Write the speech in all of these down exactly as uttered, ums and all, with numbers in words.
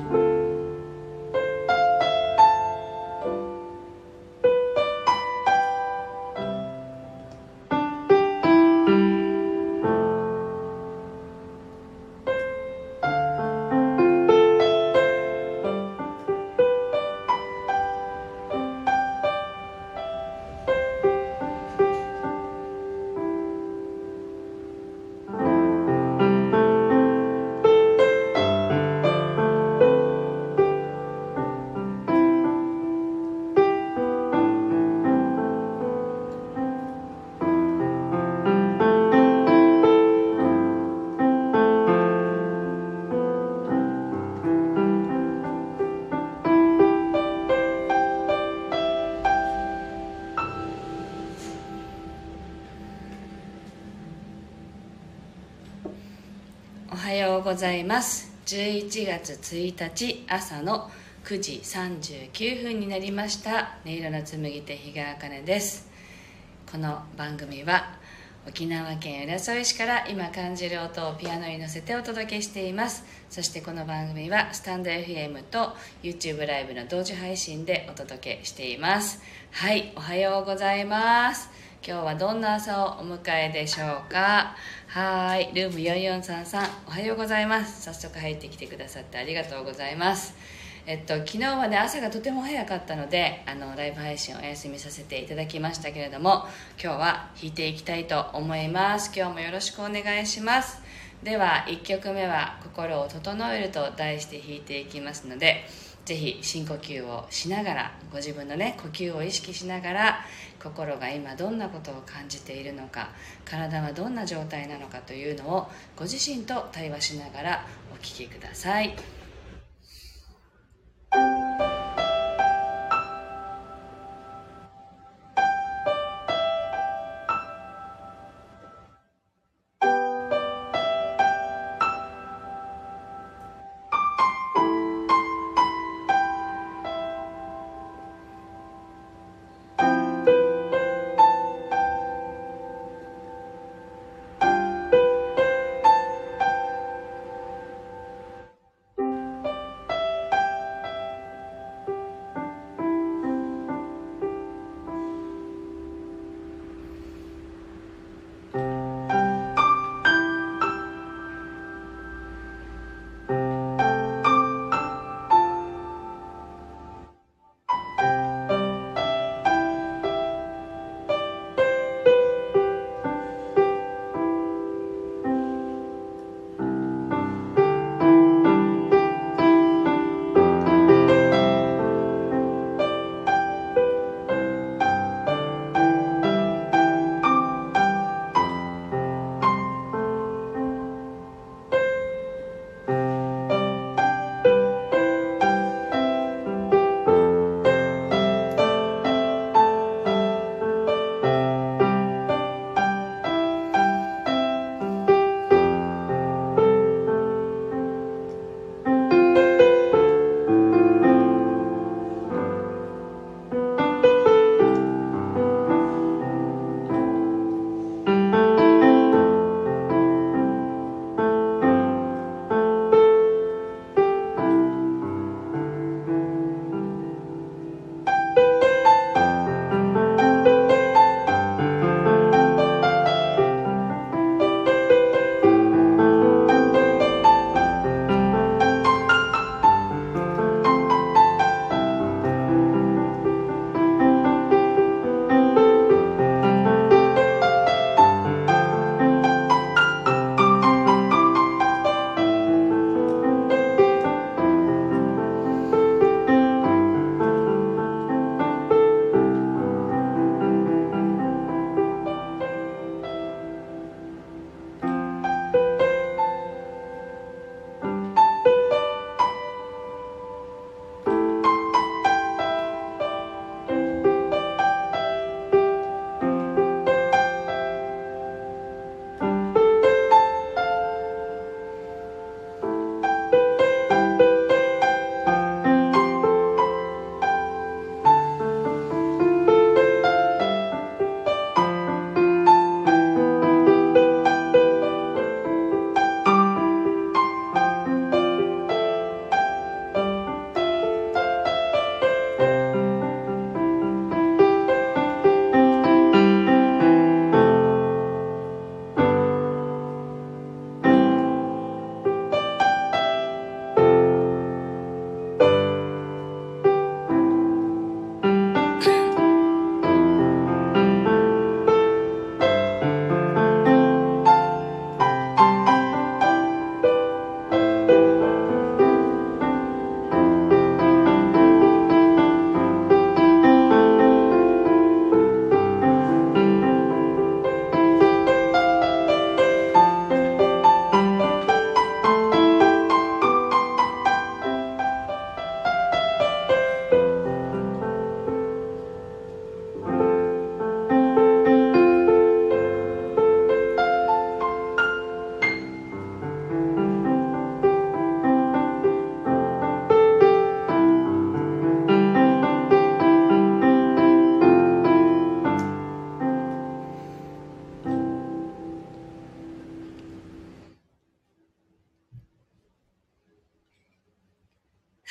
おはようございます。じゅういちがつついたち朝のくじさんじゅうきゅうふんになりました。音色の紡手日川茜です。この番組は沖縄県浦添市から今感じる音をピアノに乗せてお届けしています。そしてこの番組はスタンド エフエム と YouTube ライブの同時配信でお届けしています。はい、おはようございます。今日はどんな朝をお迎えでしょうか。はい、ルームよんよんさんさん、おはようございます。早速入ってきてくださってありがとうございます。えっと、昨日はね、朝がとても早かったので、あのライブ配信をお休みさせていただきましたけれども、今日は弾いていきたいと思います。今日もよろしくお願いします。ではいっきょくめは心を整えると題して弾いていきますので、ぜひ深呼吸をしながら、ご自分のね呼吸を意識しながら、心が今どんなことを感じているのか、体はどんな状態なのかというのをご自身と対話しながらお聞きください。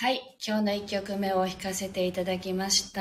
はい、今日のいっきょくめを弾かせていただきました。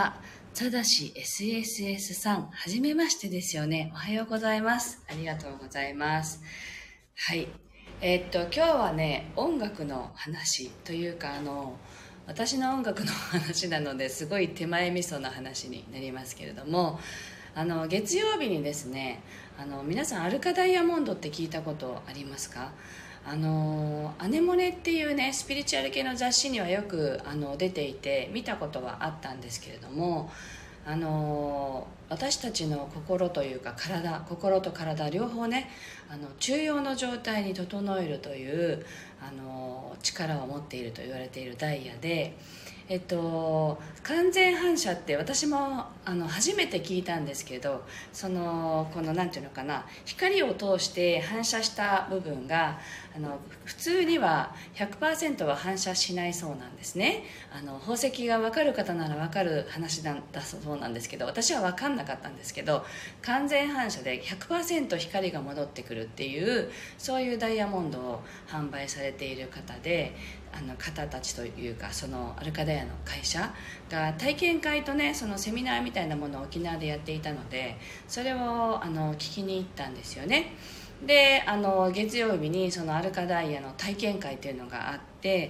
ただし エスエスエス さん、はじめましてですよね。おはようございます。ありがとうございます。はい。えーっと、今日はね、音楽の話というか、あの、私の音楽の話なのですごい手前味噌な話になりますけれども、あの月曜日にですね、あの皆さんアルカダイヤモンドって聞いたことありますか？あのアネモネっていうねスピリチュアル系の雑誌にはよくあの出ていて見たことはあったんですけれども、あの私たちの心というか体心と体両方ね、あの中庸の状態に整えるというあの力を持っていると言われているダイヤで、えっと、完全反射って私もあの初めて聞いたんですけど、そのこのなんていうのかな、光を通して反射した部分があの普通には ひゃくパーセント は反射しないそうなんですね。あの宝石が分かる方なら分かる話なんだそうなんですけど、私は分かんなかったんですけど、完全反射で ひゃくパーセント 光が戻ってくるっていうそういうダイヤモンドを販売されている方で、あの方たちというかそのアルカダイヤの会社が体験会とね、そのセミナーみたいなものを沖縄でやっていたので、それをあの聞きに行ったんですよね。であの月曜日にそのアルカダイヤの体験会っていうのがあって、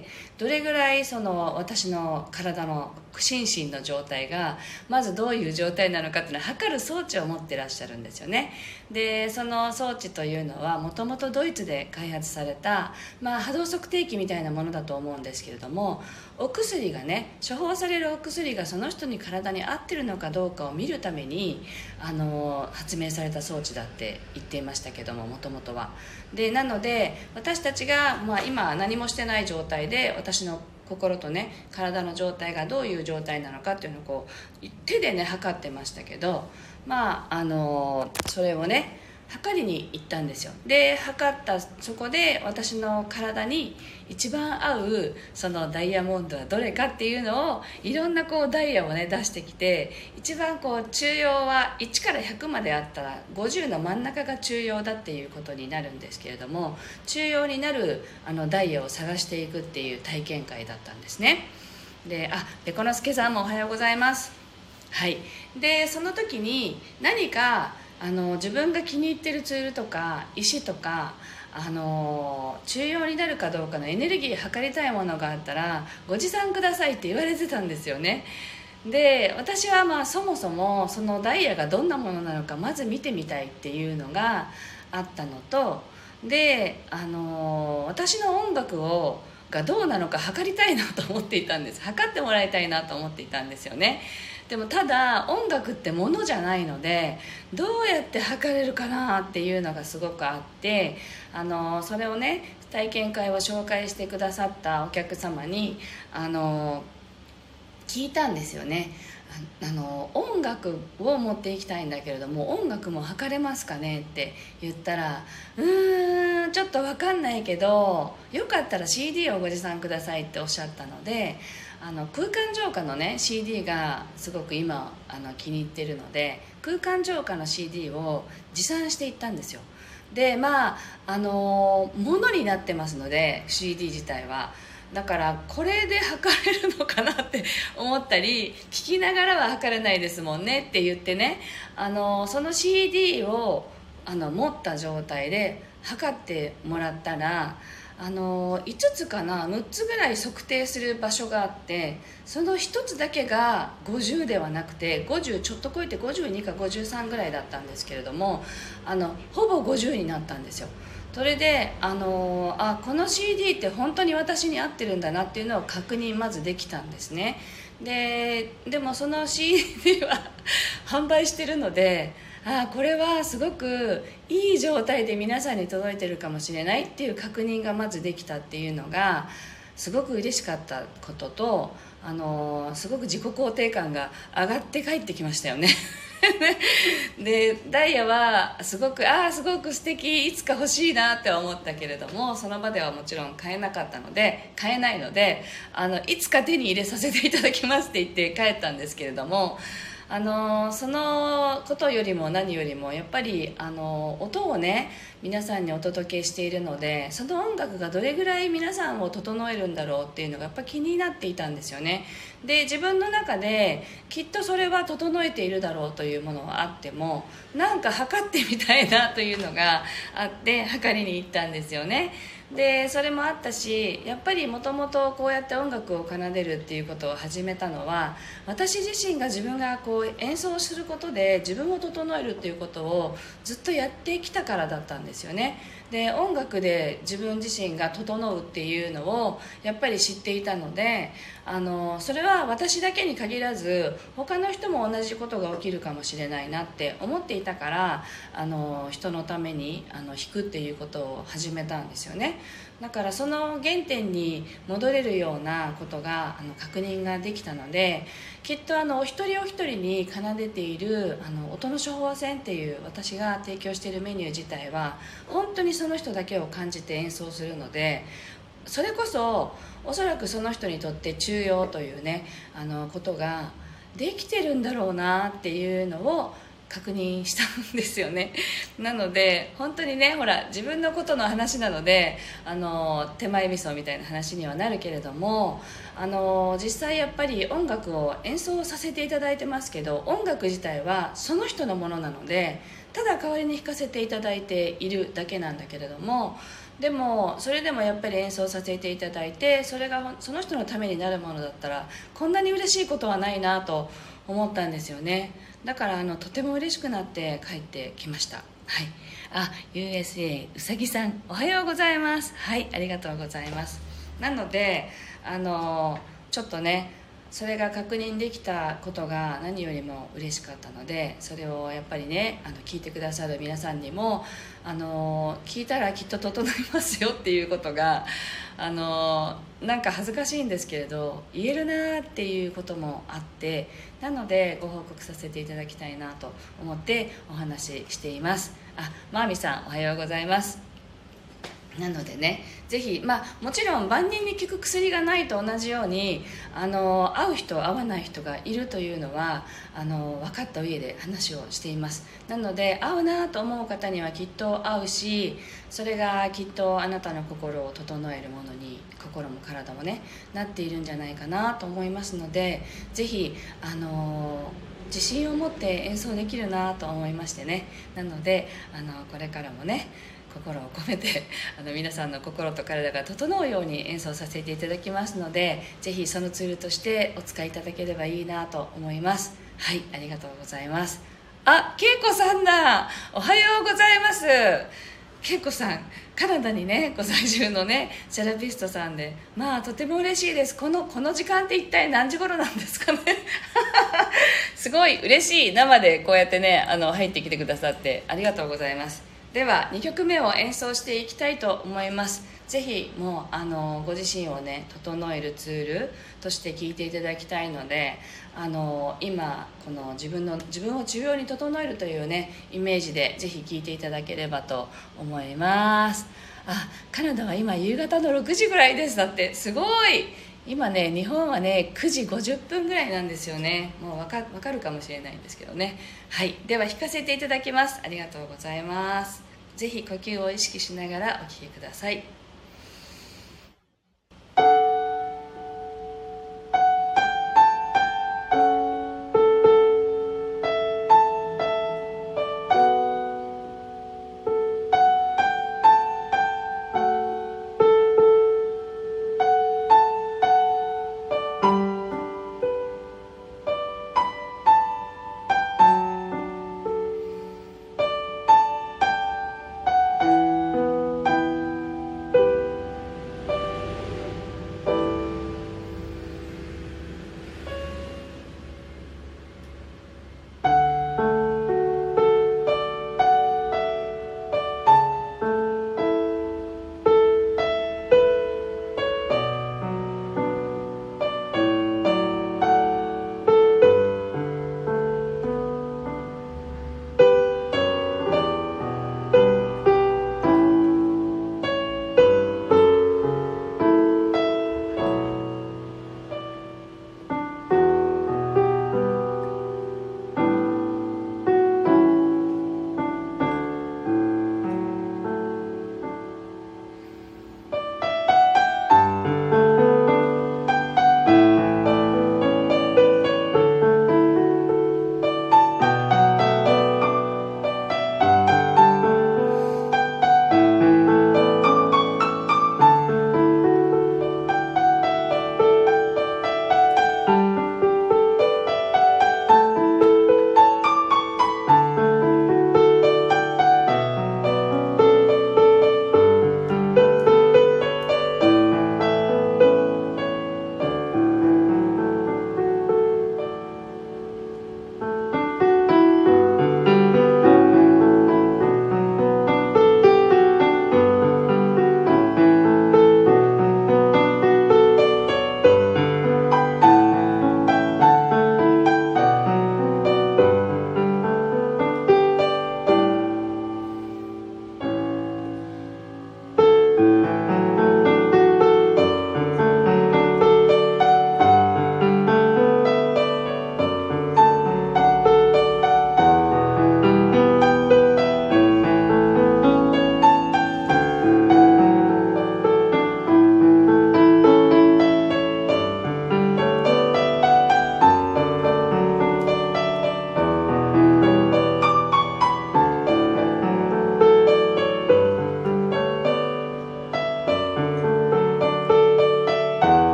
どれぐらいその私の体の心身の状態がまずどういう状態なのかっていうのを測る装置を持ってらっしゃるんですよね。でその装置というのはもともとドイツで開発された、まあ、波動測定器みたいなものだと思うんですけれども、お薬がね、処方されるお薬がその人に体に合ってるのかどうかを見るためにあの発明された装置だって言っていましたけども、もともとは。でなので私たちが、まあ、今何もしてない状態で私の心とね体の状態がどういう状態なのかっていうのをこう手でね測ってましたけど、まああのそれをね測りに行ったんですよ。で測ったそこで私の体に一番合うそのダイヤモンドはどれかっていうのをいろんなこうダイヤをね出してきて、一番こう中庸はいちからひゃくまであったらごじゅうの真ん中が中庸だっていうことになるんですけれども、中庸になるあのダイヤを探していくっていう体験会だったんですね。であべこのすけさんもおはようございます。はい。でその時に何かあの自分が気に入ってるツールとか石とかあの中庸になるかどうかのエネルギー測りたいものがあったらご持参くださいって言われてたんですよね。で私はまあそもそもそのダイヤがどんなものなのかまず見てみたいっていうのがあったのと、であの私の音楽をがどうなのか測りたいなと思っていたんです。測ってもらいたいなと思っていたんですよね。でもただ音楽ってものじゃないので、どうやって測れるかなっていうのがすごくあって、あのそれをね体験会を紹介してくださったお客様にあの聞いたんですよね。ああの音楽を持っていきたいんだけれども音楽も測れますかねって言ったら、うーんちょっと分かんないけどよかったら シーディー をご持参くださいっておっしゃったので、あの空間浄化のね シーディー がすごく今あの気に入ってるので、空間浄化の シーディー を持参していったんですよ。でまああのものになってますので シーディー 自体は、だからこれで測れるのかなって思ったり、聞きながらは測れないですもんねって言ってね、あのその シーディー をあの持った状態で測ってもらったら、あのいつつかなむっつぐらい測定する場所があって、そのひとつだけがごじゅうではなくてごじゅうちょっと超えてごじゅうにかごじゅうさんぐらいだったんですけれども、あのほぼごじゅうになったんですよ。それであのあこの シーディー って本当に私に合ってるんだなっていうのを確認まずできたんですね。ででもその シーディー は販売してるので、あこれはすごくいい状態で皆さんに届いてるかもしれないっていう確認がまずできたっていうのがすごく嬉しかったことと、あのすごく自己肯定感が上がって帰ってきましたよねでダイヤはすごくああすごく素敵、いつか欲しいなって思ったけれども、その場ではもちろん買えなかったので買えないので、あのいつか手に入れさせていただきますって言って帰ったんですけれども、 あのそのことよりも何よりもやっぱりあの音をね皆さんにお届けしているので、その音楽がどれぐらい皆さんを整えるんだろうっていうのがやっぱ気になっていたんですよね。で自分の中できっとそれは整えているだろうというものはあっても、なんか測ってみたいなというのがあって測りに行ったんですよね。でそれもあったし、やっぱりもともとこうやって音楽を奏でるっていうことを始めたのは、私自身が自分がこう演奏することで自分を整えるっていうことをずっとやってきたからだったんですよね。で音楽で自分自身が整うっていうのをやっぱり知っていたので、あのそれは私だけに限らず他の人も同じことが起きるかもしれないなって思っていたから、あの人のためにあの弾くっていうことを始めたんですよね。だからその原点に戻れるようなことがあの確認ができたので、きっとあのお一人お一人に奏でているあの音の処方箋っていう私が提供しているメニュー自体は本当にその人だけを感じて演奏するので、それこそおそらくその人にとって中庸というねあのことができてるんだろうなっていうのを確認したんですよね。なので本当にね、ほら自分のことの話なのであの手前味噌みたいな話にはなるけれども、あの実際やっぱり音楽を演奏させていただいてますけど、音楽自体はその人のものなので、ただ代わりに弾かせていただいているだけなんだけれども、でもそれでもやっぱり演奏させていただいて、それがその人のためになるものだったらこんなに嬉しいことはないなと思ったんですよね。だからあのとても嬉しくなって帰ってきました。はい。あ、ユーエスエー うさぎさんおはようございます。はい、ありがとうございます。なのであのちょっとねそれが確認できたことが何よりも嬉しかったので、それをやっぱりねあの聞いてくださる皆さんにもあの聞いたらきっと整いますよっていうことがあのなんか恥ずかしいんですけれど言えるなっていうこともあって、なのでご報告させていただきたいなと思ってお話ししています。あ、マーミさんおはようございます。なのでね、ぜひ、まあ、もちろん万人に効く薬がないと同じようにあの合う人合わない人がいるというのはあの分かった上で話をしています。なので合うなと思う方にはきっと合うし、それがきっとあなたの心を整えるものに心も体もねなっているんじゃないかなと思いますので、ぜひあの自信を持って演奏できるなと思いましてね。なのであのこれからもね心を込めてあの皆さんの心と体が整うように演奏させていただきますので、ぜひそのツールとしてお使いいただければいいなと思います。はい、ありがとうございます。あ、けいこさんだ、おはようございます。けいこさんカナダにねご在住のねセラピストさんで、まあとても嬉しいです。このこの時間って一体何時頃なんですかねすごい嬉しい。生でこうやってねあの入ってきてくださってありがとうございます。ではにきょくめを演奏していきたいと思います。ぜひもうあのご自身をね整えるツールとして聴いていただきたいので、あの今この自分の自分を中央に整えるというねイメージでぜひ聴いていただければと思います。あ、カナダは今夕方のろくじぐらいです。だってすごい。今ね日本はねくじごじゅっぷんぐらいなんですよね。もう分か、分かるかもしれないんですけどね。はい、では弾かせていただきます。ありがとうございます。ぜひ呼吸を意識しながらお聴きください。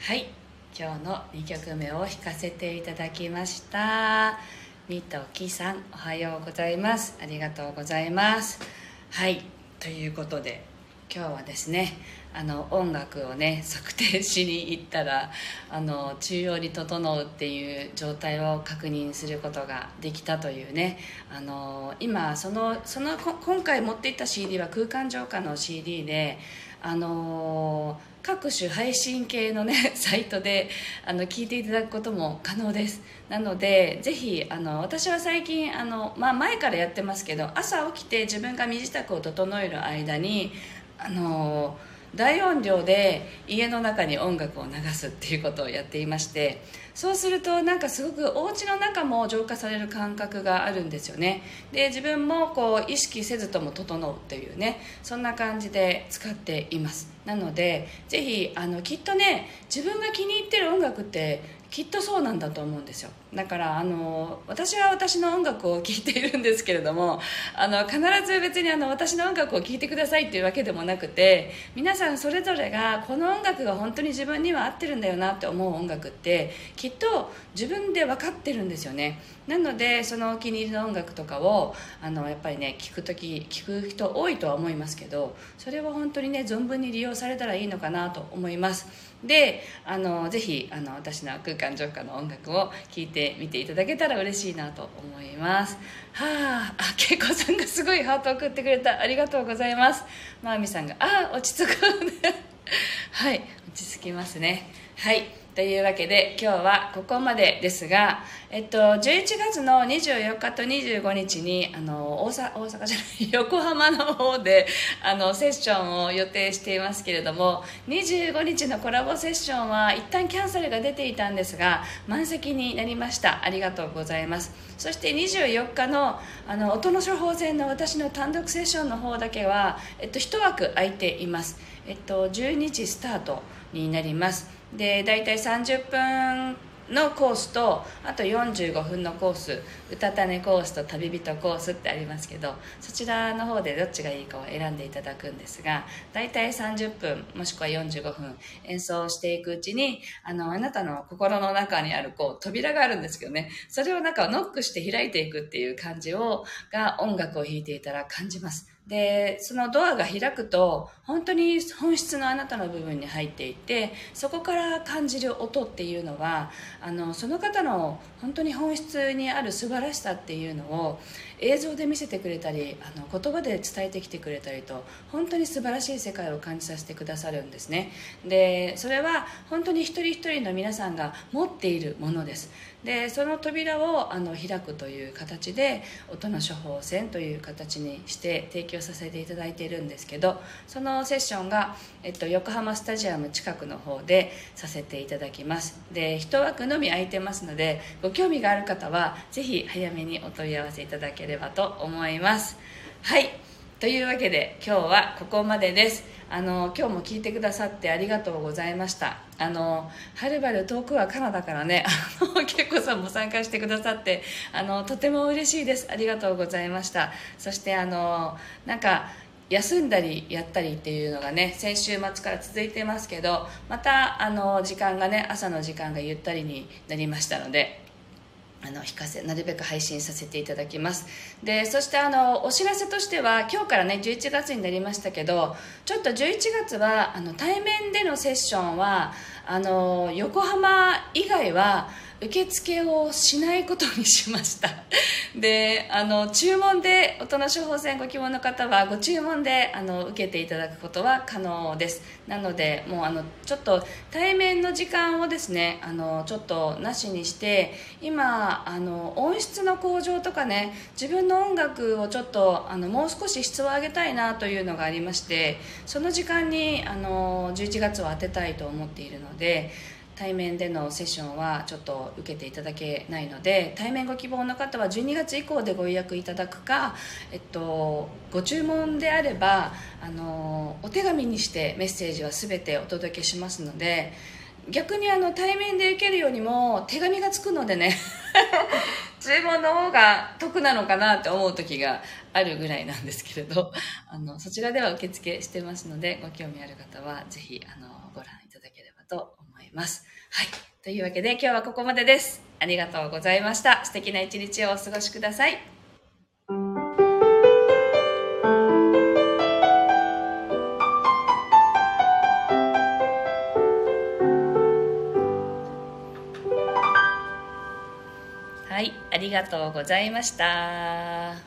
はい、今日のにきょくめを弾かせていただきました。みときさん、おはようございます。ありがとうございます。はい、ということで今日はですね、あの音楽をね測定しに行ったら、あの中央に整うっていう状態を確認することができたというね、あの今そのその今回持っていった シーディー は空間浄化の シーディー で、あの各種配信系のねサイトであの聞いていただくことも可能です。なのでぜひ、あの私は最近あの、まあ、前からやってますけど、朝起きて自分が身支度を整える間にあの大音量で家の中に音楽を流すっていうことをやっていまして、そうするとなんかすごくお家の中も浄化される感覚があるんですよね。で自分もこう意識せずとも整うっていうね、そんな感じで使っています。なのでぜひあのきっとね、自分が気に入ってる音楽ってきっとそうなんだと思うんですよ。だからあの私は私の音楽を聴いているんですけれども、あの必ず別にあの私の音楽を聴いてくださいっていうわけでもなくて、皆さんそれぞれがこの音楽が本当に自分には合ってるんだよなって思う音楽ってきっと自分で分かってるんですよね。なのでそのお気に入りの音楽とかをあのやっぱりね聞く時聞く人多いとは思いますけど、それを本当にね存分に利用されたらいいのかなと思います。であのぜひあの私の空間浄化の音楽を聴いてみていただけたら嬉しいなと思います。はあ、あ、けいこさんがすごいハートを送ってくれた、ありがとうございます。まあみさんがあ落ち着くはい、落ち着きますね。はい、というわけで今日はここまでですが、えっと、じゅういちがつのにじゅうよっかとにじゅうごにちにあの 大, 阪大阪じゃない横浜の方であのセッションを予定していますけれども、にじゅうごにちのコラボセッションは一旦キャンセルが出ていたんですが満席になりました。ありがとうございます。そしてにじゅうよっか の, あの音の処方箋の私の単独セッションの方だけは、えっと、いちわく空いています。えっと、じゅうにじスタートになります。でだいたいさんじゅっぷんのコースと、あとよんじゅうごふんのコース、うたた寝コースと旅人コースってありますけど、そちらの方でどっちがいいかを選んでいただくんですが、だいたいさんじゅっぷんもしくはよんじゅうごふん演奏していくうちに、あのあなたの心の中にあるこう扉があるんですけどね、それをなんかノックして開いていくっていう感じをが音楽を弾いていたら感じます。でそのドアが開くと本当に本質のあなたの部分に入っていて、そこから感じる音っていうのはあのその方の本当に本質にある素晴らしさっていうのを映像で見せてくれたり、あの言葉で伝えてきてくれたりと、本当に素晴らしい世界を感じさせてくださるんですね。でそれは本当に一人一人の皆さんが持っているものです。でその扉をあの開くという形で音の処方箋という形にして提供させていただいているんですけど、そのセッションが、えっと、横浜スタジアム近くの方でさせていただきます。で一枠のみ空いてますので、ご興味がある方はぜひ早めにお問い合わせいただければと思います。はい、というわけで今日はここまでです。あの今日も聞いてくださってありがとうございました。あのはるばる遠くはカナダからね、あのけいこさんも参加してくださってあのとても嬉しいです。ありがとうございました。そしてあのなんか休んだりやったりっていうのがね先週末から続いてますけど、またあの時間がね朝の時間がゆったりになりましたので、あの引かせなるべく配信させていただきます。でそしてあのお知らせとしては、今日からねじゅういちがつになりましたけど、ちょっとじゅういちがつはあの対面でのセッションはあの横浜以外は受付をしないことにしました。であの注文で音の処方箋ご希望の方はご注文であの受けていただくことは可能です。なのでもうあのちょっと対面の時間をですねあのちょっとなしにして、今あの音質の向上とかね、自分の音楽をちょっとあのもう少し質を上げたいなというのがありまして、その時間にあのじゅういちがつを当てたいと思っているので、対面でのセッションはちょっと受けていただけないので、対面ご希望の方はじゅうにがつ以降でご予約いただくか、えっと、ご注文であればあのお手紙にしてメッセージは全てお届けしますので、逆にあの対面で受けるよりも手紙がつくのでね注文の方が得なのかなって思う時があるぐらいなんですけれど、あのそちらでは受付してますので、ご興味ある方はぜひあのご覧いただければと思います。はい、というわけで今日はここまでです。ありがとうございました。素敵な一日をお過ごしください。はい、ありがとうございました。